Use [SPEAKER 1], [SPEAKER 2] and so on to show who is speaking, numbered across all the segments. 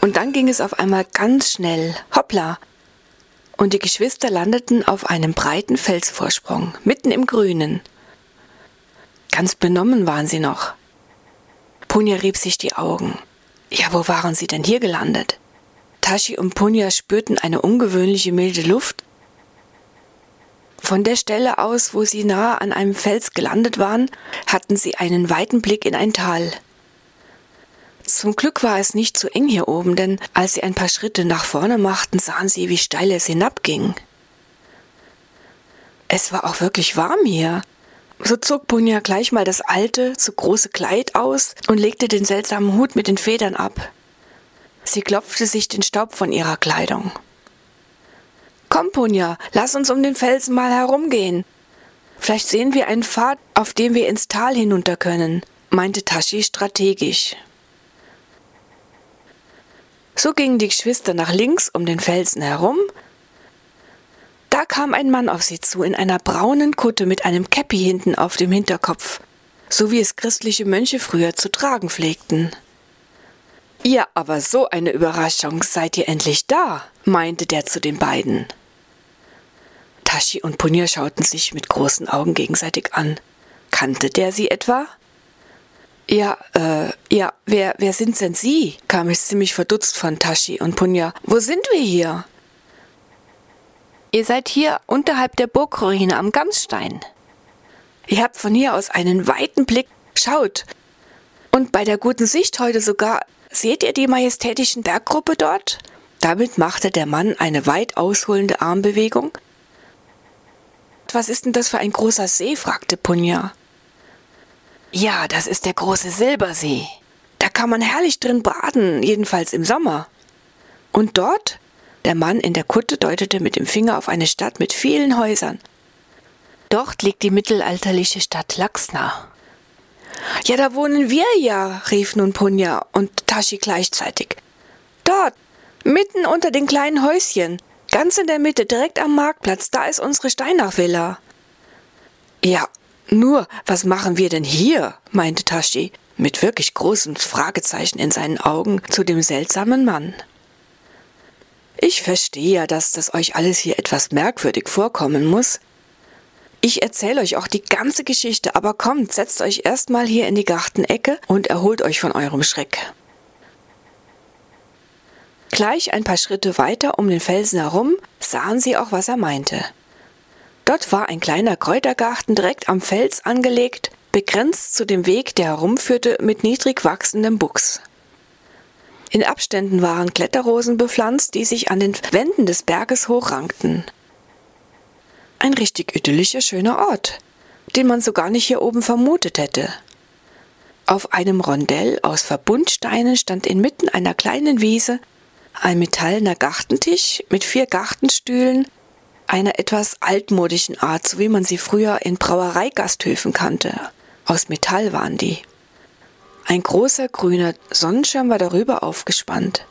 [SPEAKER 1] Und dann ging es auf einmal ganz schnell. Hoppla! Und die Geschwister landeten auf einem breiten Felsvorsprung, mitten im Grünen. Ganz benommen waren sie noch. Punja rieb sich die Augen. Ja, wo waren sie denn hier gelandet? Tashi und Punja spürten eine ungewöhnliche milde Luft. Von der Stelle aus, wo sie nahe an einem Fels gelandet waren, hatten sie einen weiten Blick in ein Tal. Zum Glück war es nicht zu eng hier oben, denn als sie ein paar Schritte nach vorne machten, sahen sie, wie steil es hinabging. Es war auch wirklich warm hier. So zog Punja gleich mal das alte, zu große Kleid aus und legte den seltsamen Hut mit den Federn ab. Sie klopfte sich den Staub von ihrer Kleidung. »Komm, Punja, lass uns um den Felsen mal herumgehen. Vielleicht sehen wir einen Pfad, auf dem wir ins Tal hinunter können«, meinte Tashi strategisch. So gingen die Geschwister nach links um den Felsen herum. Da kam ein Mann auf sie zu, in einer braunen Kutte mit einem Käppi hinten auf dem Hinterkopf, so wie es christliche Mönche früher zu tragen pflegten. »Ja, aber so eine Überraschung, seid ihr endlich da«, meinte der zu den beiden. Tashi und Punja schauten sich mit großen Augen gegenseitig an. Kannte der sie etwa? Ja, wer sind denn Sie?« kam es ziemlich verdutzt von Tashi und Punja. »Wo sind wir hier?« »Ihr seid hier unterhalb der Burgruine am Gamsstein. Ihr habt von hier aus einen weiten Blick. Schaut! Und bei der guten Sicht heute sogar, seht ihr die majestätischen Berggruppe dort?« Damit machte der Mann eine weit ausholende Armbewegung. »Was ist denn das für ein großer See?« fragte Punja. »Ja, das ist der große Silbersee. Da kann man herrlich drin baden, jedenfalls im Sommer. Und dort?« Der Mann in der Kutte deutete mit dem Finger auf eine Stadt mit vielen Häusern. »Dort liegt die mittelalterliche Stadt Laxna.« »Ja, da wohnen wir ja«, rief nun Punja und Tashi gleichzeitig. »Dort, mitten unter den kleinen Häuschen, ganz in der Mitte, direkt am Marktplatz, da ist unsere Steinach-Villa.« »Ja, nur, was machen wir denn hier?«, meinte Tashi, mit wirklich großen Fragezeichen in seinen Augen zu dem seltsamen Mann. »Ich verstehe ja, dass das euch alles hier etwas merkwürdig vorkommen muss. Ich erzähle euch auch die ganze Geschichte, aber kommt, setzt euch erstmal hier in die Gartenecke und erholt euch von eurem Schreck.« Gleich ein paar Schritte weiter um den Felsen herum sahen sie auch, was er meinte. Dort war ein kleiner Kräutergarten direkt am Fels angelegt, begrenzt zu dem Weg, der herumführte, mit niedrig wachsendem Buchs. In Abständen waren Kletterrosen bepflanzt, die sich an den Wänden des Berges hochrankten. Ein richtig idyllischer, schöner Ort, den man so gar nicht hier oben vermutet hätte. Auf einem Rondell aus Verbundsteinen stand inmitten einer kleinen Wiese ein metallener Gartentisch mit 4 Gartenstühlen, einer etwas altmodischen Art, so wie man sie früher in Brauereigasthöfen kannte. Aus Metall waren die. Ein großer grüner Sonnenschirm war darüber aufgespannt.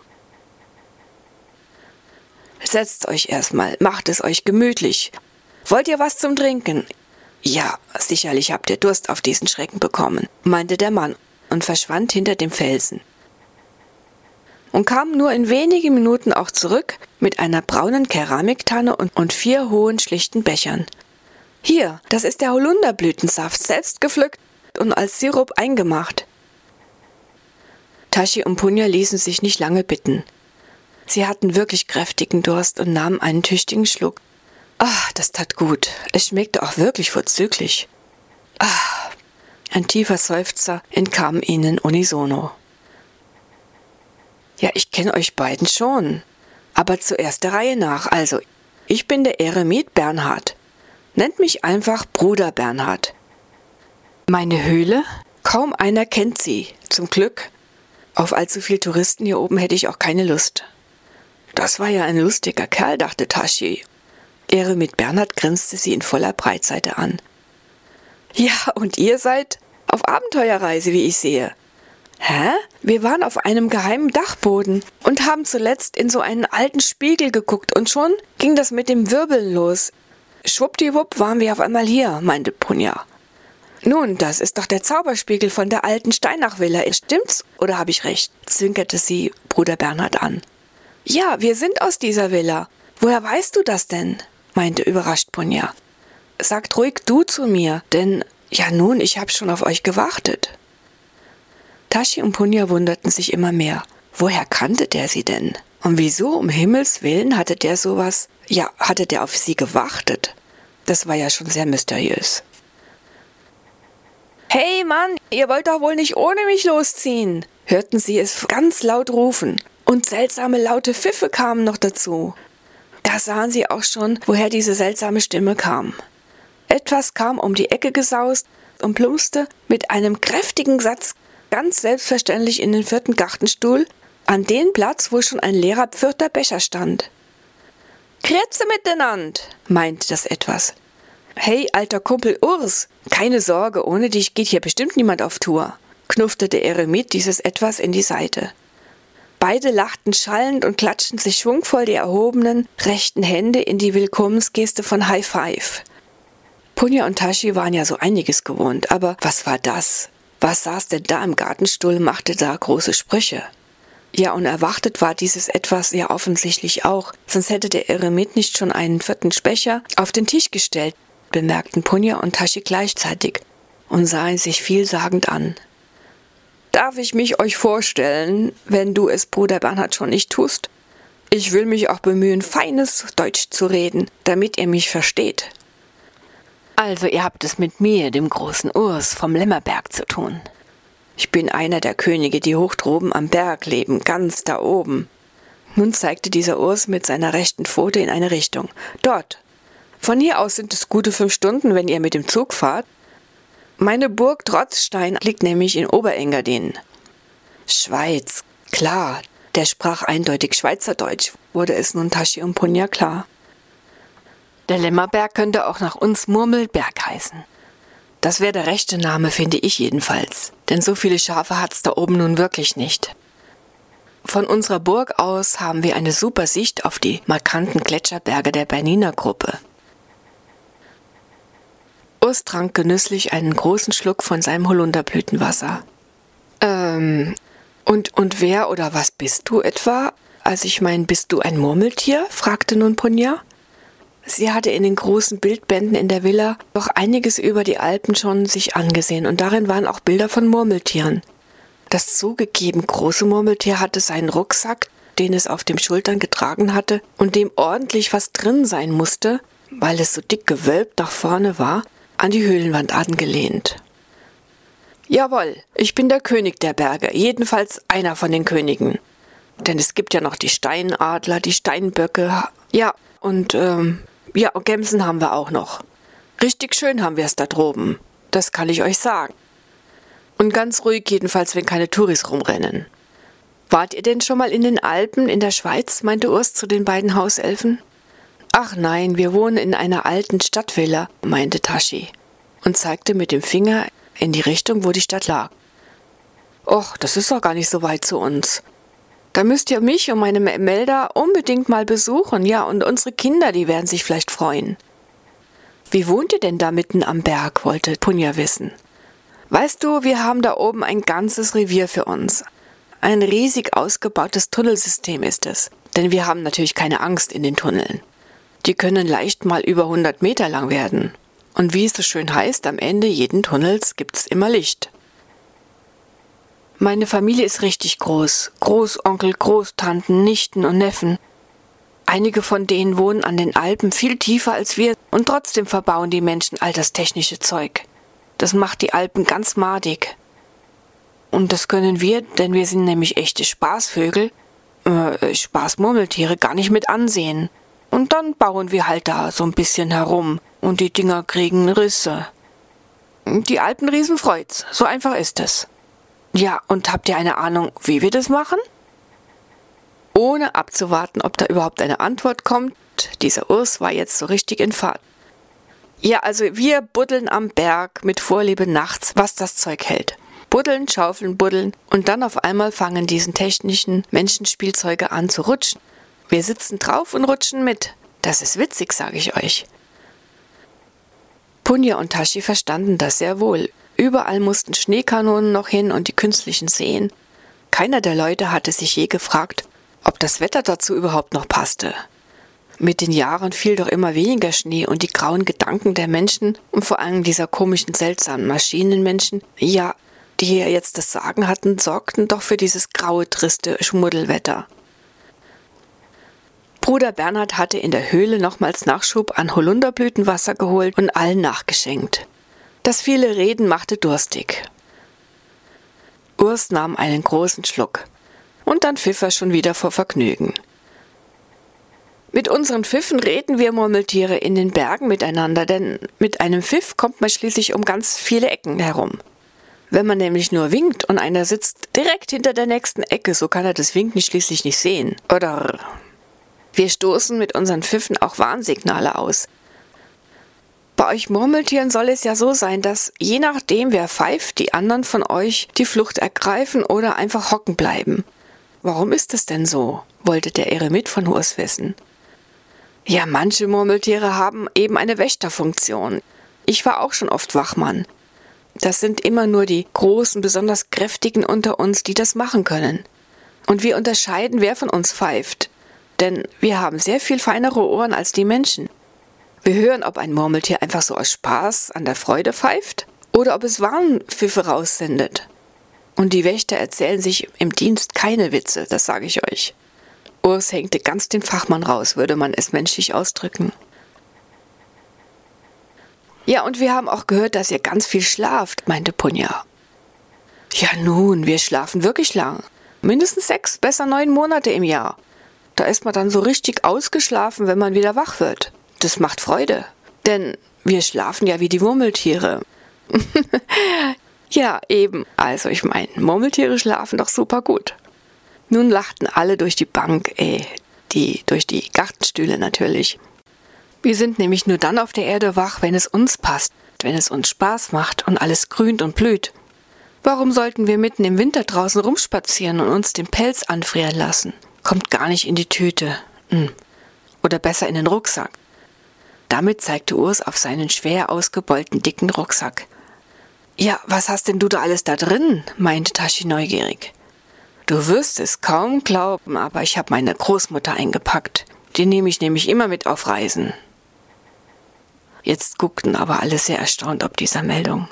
[SPEAKER 1] »Setzt euch erstmal, macht es euch gemütlich. Wollt ihr was zum Trinken?« »Ja, sicherlich habt ihr Durst auf diesen Schrecken bekommen«, meinte der Mann und verschwand hinter dem Felsen. Und kam nur in wenigen Minuten auch zurück mit einer braunen Keramiktanne und 4 hohen, schlichten Bechern. »Hier, das ist der Holunderblütensaft, selbst gepflückt und als Sirup eingemacht.« Tashi und Punja ließen sich nicht lange bitten. Sie hatten wirklich kräftigen Durst und nahmen einen tüchtigen Schluck. »Ah, das tat gut. Es schmeckte auch wirklich vorzüglich.« »Ah!« Ein tiefer Seufzer entkam ihnen unisono. »Ja, ich kenne euch beiden schon. Aber zuerst der Reihe nach. Also, ich bin der Eremit Bernhard. Nennt mich einfach Bruder Bernhard. Meine Höhle? Kaum einer kennt sie, zum Glück. Auf allzu viel Touristen hier oben hätte ich auch keine Lust.« »Das war ja ein lustiger Kerl«, dachte Tashi. Eremit Bernhard grinste sie in voller Breitseite an. »Ja, und ihr seid auf Abenteuerreise, wie ich sehe.« »Hä? Wir waren auf einem geheimen Dachboden und haben zuletzt in so einen alten Spiegel geguckt und schon ging das mit dem Wirbeln los. Schwuppdiwupp waren wir auf einmal hier«, meinte Punja. Nun, das ist doch der Zauberspiegel von der alten Steinach-Villa. Stimmt's? Oder habe ich recht? Zwinkerte sie Bruder Bernhard an. Ja, wir sind aus dieser Villa. Woher weißt du das denn? Meinte überrascht Punja. Sagt ruhig du zu mir, denn, ja nun, ich hab schon auf euch gewartet. Tashi und Punja wunderten sich immer mehr. Woher kannte der sie denn? Und wieso, um Himmels Willen, hatte der sowas? Ja, hatte der auf sie gewartet? Das war ja schon sehr mysteriös. Hey Mann, ihr wollt doch wohl nicht ohne mich losziehen, hörten sie es ganz laut rufen. Und seltsame laute Pfiffe kamen noch dazu. Da sahen sie auch schon, woher diese seltsame Stimme kam. Etwas kam um die Ecke gesaust und plumpste mit einem kräftigen Satz ganz selbstverständlich in den 4. Gartenstuhl, an den Platz, wo schon ein leerer 4. Becher stand. Grüezi miteinander, meinte das Etwas. Hey, alter Kumpel Urs, keine Sorge, ohne dich geht hier bestimmt niemand auf Tour, knuffte der Eremit dieses Etwas in die Seite. Beide lachten schallend und klatschten sich schwungvoll die erhobenen rechten Hände in die Willkommensgeste von High Five. Punja und Tashi waren ja so einiges gewohnt, aber was war das? Was saß denn da im Gartenstuhl und machte da große Sprüche? Ja, unerwartet war dieses Etwas ja offensichtlich auch, sonst hätte der Eremit nicht schon einen 4. Becher auf den Tisch gestellt, bemerkten Punja und Tashi gleichzeitig und sahen sich vielsagend an. Darf ich mich euch vorstellen, wenn du es Bruder Bernhard schon nicht tust? Ich will mich auch bemühen, feines Deutsch zu reden, damit ihr mich versteht. Also ihr habt es mit mir, dem großen Urs vom Lämmerberg, zu tun. Ich bin einer der Könige, die hoch droben am Berg leben, ganz da oben. Nun zeigte dieser Urs mit seiner rechten Pfote in eine Richtung. Dort. Von hier aus sind es gute 5 Stunden, wenn ihr mit dem Zug fahrt. Meine Burg Trotzstein liegt nämlich in Oberengadin. Schweiz, klar. Der sprach eindeutig Schweizerdeutsch, wurde es nun Tashi und Punja klar. Der Lämmerberg könnte auch nach uns Murmelberg heißen. Das wäre der rechte Name, finde ich jedenfalls, denn so viele Schafe hat's da oben nun wirklich nicht. Von unserer Burg aus haben wir eine super Sicht auf die markanten Gletscherberge der Bernina Gruppe. Urs trank genüsslich einen großen Schluck von seinem Holunderblütenwasser. Und wer oder was bist du etwa? Also ich meine, bist du ein Murmeltier? Fragte nun Punja. Sie hatte in den großen Bildbänden in der Villa doch einiges über die Alpen schon sich angesehen und darin waren auch Bilder von Murmeltieren. Das zugegeben große Murmeltier hatte seinen Rucksack, den es auf den Schultern getragen hatte und dem ordentlich was drin sein musste, weil es so dick gewölbt nach vorne war, an die Höhlenwand angelehnt. Jawohl, ich bin der König der Berge, jedenfalls einer von den Königen. Denn es gibt ja noch die Steinadler, die Steinböcke, ja, und Gämsen haben wir auch noch. Richtig schön haben wir es da droben, das kann ich euch sagen. Und ganz ruhig jedenfalls, wenn keine Touris rumrennen. Wart ihr denn schon mal in den Alpen in der Schweiz, meinte Urs zu den beiden Hauselfen. Ach nein, wir wohnen in einer alten Stadtvilla, meinte Tashi und zeigte mit dem Finger in die Richtung, wo die Stadt lag. Och, das ist doch gar nicht so weit zu uns. Da müsst ihr mich und meine Melda unbedingt mal besuchen, ja, und unsere Kinder, die werden sich vielleicht freuen. Wie wohnt ihr denn da mitten am Berg, wollte Punja wissen. Weißt du, wir haben da oben ein ganzes Revier für uns. Ein riesig ausgebautes Tunnelsystem ist es, denn wir haben natürlich keine Angst in den Tunneln. Die können leicht mal über 100 Meter lang werden. Und wie es so schön heißt, am Ende jeden Tunnels gibt's immer Licht. Meine Familie ist richtig groß. Großonkel, Großtanten, Nichten und Neffen. Einige von denen wohnen an den Alpen viel tiefer als wir und trotzdem verbauen die Menschen all das technische Zeug. Das macht die Alpen ganz madig. Und das können wir, denn wir sind nämlich echte Spaßvögel, Spaßmurmeltiere, gar nicht mit ansehen. Und dann bauen wir halt da so ein bisschen herum und die Dinger kriegen Risse. Die Alpenriesen freut's, so einfach ist es. Ja, und habt ihr eine Ahnung, wie wir das machen? Ohne abzuwarten, ob da überhaupt eine Antwort kommt, dieser Urs war jetzt so richtig in Fahrt. Ja, also wir buddeln am Berg mit Vorliebe nachts, was das Zeug hält. Buddeln, schaufeln, buddeln und dann auf einmal fangen diesen technischen Menschenspielzeuge an zu rutschen. Wir sitzen drauf und rutschen mit. Das ist witzig, sage ich euch. Punja und Tashi verstanden das sehr wohl. Überall mussten Schneekanonen noch hin und die künstlichen Seen. Keiner der Leute hatte sich je gefragt, ob das Wetter dazu überhaupt noch passte. Mit den Jahren fiel doch immer weniger Schnee und die grauen Gedanken der Menschen und vor allem dieser komischen, seltsamen Maschinenmenschen, ja, die hier jetzt das Sagen hatten, sorgten doch für dieses graue, triste Schmuddelwetter. Bruder Bernhard hatte in der Höhle nochmals Nachschub an Holunderblütenwasser geholt und allen nachgeschenkt. Das viele Reden machte durstig. Urs nahm einen großen Schluck und dann pfiff er schon wieder vor Vergnügen. Mit unseren Pfiffen reden wir Murmeltiere in den Bergen miteinander, denn mit einem Pfiff kommt man schließlich um ganz viele Ecken herum. Wenn man nämlich nur winkt und einer sitzt direkt hinter der nächsten Ecke, so kann er das Winken schließlich nicht sehen. Oder wir stoßen mit unseren Pfiffen auch Warnsignale aus. Bei euch Murmeltieren soll es ja so sein, dass je nachdem wer pfeift, die anderen von euch die Flucht ergreifen oder einfach hocken bleiben. Warum ist es denn so? Wollte der Eremit von Urs wissen. Ja, manche Murmeltiere haben eben eine Wächterfunktion. Ich war auch schon oft Wachmann. Das sind immer nur die großen, besonders kräftigen unter uns, die das machen können. Und wir unterscheiden, wer von uns pfeift. Denn wir haben sehr viel feinere Ohren als die Menschen. Wir hören, ob ein Murmeltier einfach so aus Spaß an der Freude pfeift oder ob es Warnpfiffe raussendet. Und die Wächter erzählen sich im Dienst keine Witze, das sage ich euch. Urs hängte ganz den Fachmann raus, würde man es menschlich ausdrücken. Ja, und wir haben auch gehört, dass ihr ganz viel schlaft, meinte Punja. Ja nun, wir schlafen wirklich lang. Mindestens 6, besser 9 Monate im Jahr. Da ist man dann so richtig ausgeschlafen, wenn man wieder wach wird. Das macht Freude, denn wir schlafen ja wie die Murmeltiere. Ja, eben. Also ich meine, Murmeltiere schlafen doch super gut. Nun lachten alle durch die Bank, durch die Gartenstühle natürlich. Wir sind nämlich nur dann auf der Erde wach, wenn es uns passt, wenn es uns Spaß macht und alles grünt und blüht. Warum sollten wir mitten im Winter draußen rumspazieren und uns den Pelz anfrieren lassen? Kommt gar nicht in die Tüte. Oder besser in den Rucksack. Damit zeigte Urs auf seinen schwer ausgebeulten, dicken Rucksack. Ja, was hast denn du da alles da drin? Meinte Tashi neugierig. Du wirst es kaum glauben, aber ich habe meine Großmutter eingepackt. Die nehme ich nämlich immer mit auf Reisen. Jetzt guckten aber alle sehr erstaunt ob dieser Meldung.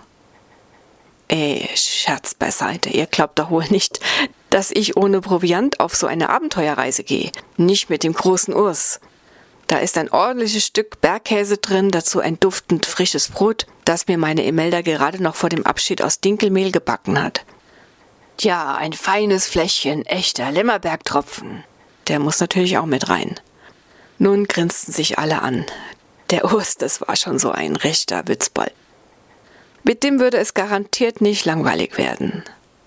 [SPEAKER 1] Scherz beiseite, ihr glaubt doch wohl nicht, dass ich ohne Proviant auf so eine Abenteuerreise gehe. Nicht mit dem großen Urs. Da ist ein ordentliches Stück Bergkäse drin, dazu ein duftend frisches Brot, das mir meine Imelda gerade noch vor dem Abschied aus Dinkelmehl gebacken hat. Tja, ein feines Fläschchen echter Lämmerbergtropfen. Der muss natürlich auch mit rein. Nun grinsten sich alle an. Der Urs, das war schon so ein rechter Witzbold. Mit dem würde es garantiert nicht langweilig werden.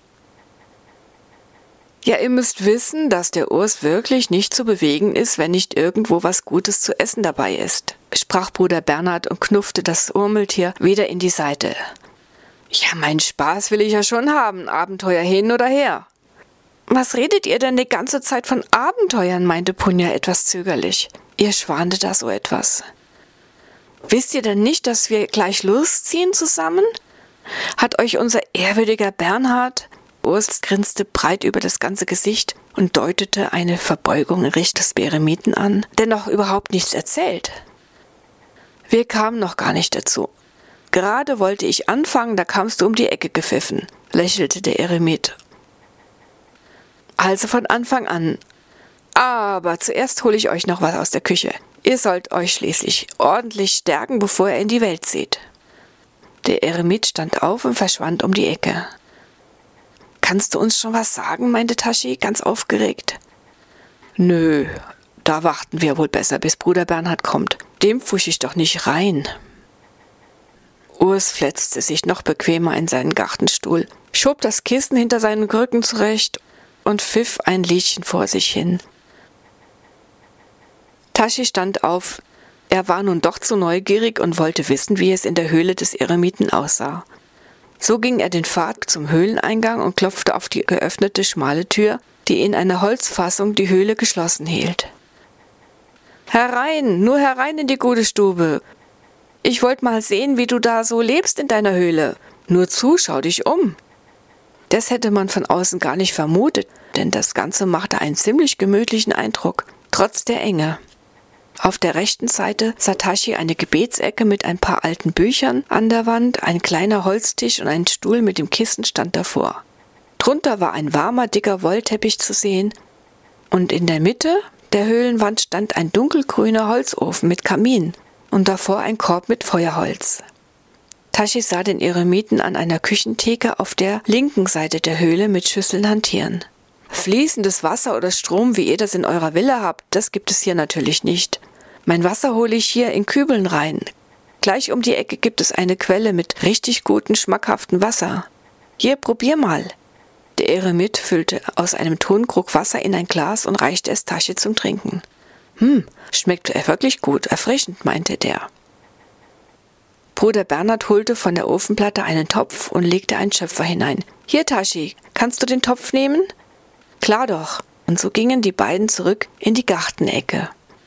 [SPEAKER 1] Ja, ihr müsst wissen, dass der Urs wirklich nicht zu bewegen ist, wenn nicht irgendwo was Gutes zu essen dabei ist, sprach Bruder Bernhard und knuffte das Murmeltier wieder in die Seite. Ja, meinen Spaß will ich ja schon haben, Abenteuer hin oder her. Was redet ihr denn die ganze Zeit von Abenteuern, meinte Punja etwas zögerlich. Ihr schwante da so etwas. Wisst ihr denn nicht, dass wir gleich losziehen zusammen? Hat euch unser ehrwürdiger Bernhard... Urs grinste breit über das ganze Gesicht und deutete eine Verbeugung in Richtung des Eremiten an, der noch überhaupt nichts erzählt. Wir kamen noch gar nicht dazu. Gerade wollte ich anfangen, da kamst du um die Ecke gepfiffen, lächelte der Eremit. Also von Anfang an. Aber zuerst hole ich euch noch was aus der Küche. Ihr sollt euch schließlich ordentlich stärken, bevor ihr in die Welt zieht. Der Eremit stand auf und verschwand um die Ecke. Kannst du uns schon was sagen, meinte Tashi, ganz aufgeregt. Nö, da warten wir wohl besser, bis Bruder Bernhard kommt. Dem pfusch ich doch nicht rein. Urs fletzte sich noch bequemer in seinen Gartenstuhl, schob das Kissen hinter seinen Rücken zurecht und pfiff ein Liedchen vor sich hin. Tashi stand auf. Er war nun doch zu neugierig und wollte wissen, wie es in der Höhle des Eremiten aussah. So ging er den Pfad zum Höhleneingang und klopfte auf die geöffnete, schmale Tür, die in einer Holzfassung die Höhle geschlossen hielt. »Herein, nur herein in die gute Stube!« Ich wollte mal sehen, wie du da so lebst in deiner Höhle. Nur zu, schau dich um. Das hätte man von außen gar nicht vermutet, denn das Ganze machte einen ziemlich gemütlichen Eindruck, trotz der Enge. Auf der rechten Seite sah Tashi eine Gebetsecke mit ein paar alten Büchern an der Wand, ein kleiner Holztisch und ein Stuhl mit dem Kissen stand davor. Drunter war ein warmer, dicker Wollteppich zu sehen und in der Mitte der Höhlenwand stand ein dunkelgrüner Holzofen mit Kamin und davor ein Korb mit Feuerholz. Tashi sah den Eremiten an einer Küchentheke auf der linken Seite der Höhle mit Schüsseln hantieren. Fließendes Wasser oder Strom, wie ihr das in eurer Villa habt, das gibt es hier natürlich nicht. Mein Wasser hole ich hier in Kübeln rein. Gleich um die Ecke gibt es eine Quelle mit richtig gutem, schmackhaftem Wasser. Hier, probier mal. Der Eremit füllte aus einem Tonkrug Wasser in ein Glas und reichte es Tashi zum Trinken. Schmeckt wirklich gut, erfrischend, meinte der. Bruder Bernhard holte von der Ofenplatte einen Topf und legte einen Schöpfer hinein. Hier, Tashi, kannst du den Topf nehmen? Klar doch. Und so gingen die beiden zurück in die Gartenecke.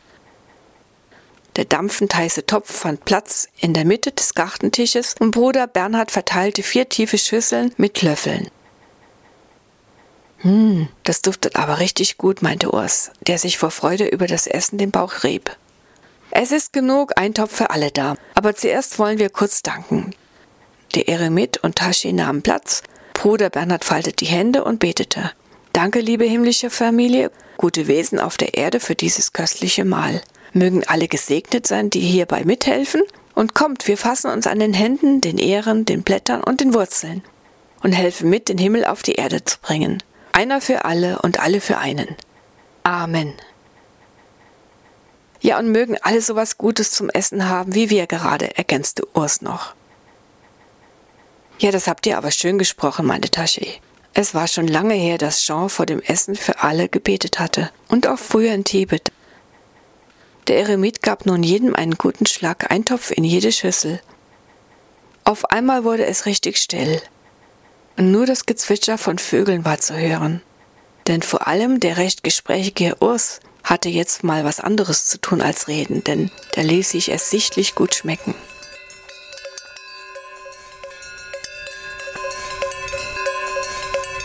[SPEAKER 1] Der dampfend heiße Topf fand Platz in der Mitte des Gartentisches und Bruder Bernhard verteilte 4 tiefe Schüsseln mit Löffeln. Das duftet aber richtig gut, meinte Urs, der sich vor Freude über das Essen den Bauch rieb. Es ist genug, ein Topf für alle da, aber zuerst wollen wir kurz danken. Der Eremit und Tashi nahmen Platz, Bruder Bernhard faltete die Hände und betete. Danke, liebe himmlische Familie, gute Wesen auf der Erde für dieses köstliche Mahl. Mögen alle gesegnet sein, die hierbei mithelfen. Und kommt, wir fassen uns an den Händen, den Ähren, den Blättern und den Wurzeln und helfen mit, den Himmel auf die Erde zu bringen. Einer für alle und alle für einen. Amen. Ja, und mögen alle sowas Gutes zum Essen haben, wie wir gerade, ergänzte Urs noch. Ja, das habt ihr aber schön gesprochen, meinte Tashi. Es war schon lange her, dass Jean vor dem Essen für alle gebetet hatte. Und auch früher in Tibet. Der Eremit gab nun jedem einen guten Schlag Eintopf in jede Schüssel. Auf einmal wurde es richtig still. Und nur das Gezwitscher von Vögeln war zu hören. Denn vor allem der recht gesprächige Urs hatte jetzt mal was anderes zu tun als reden, denn der ließ sich es sichtlich gut schmecken.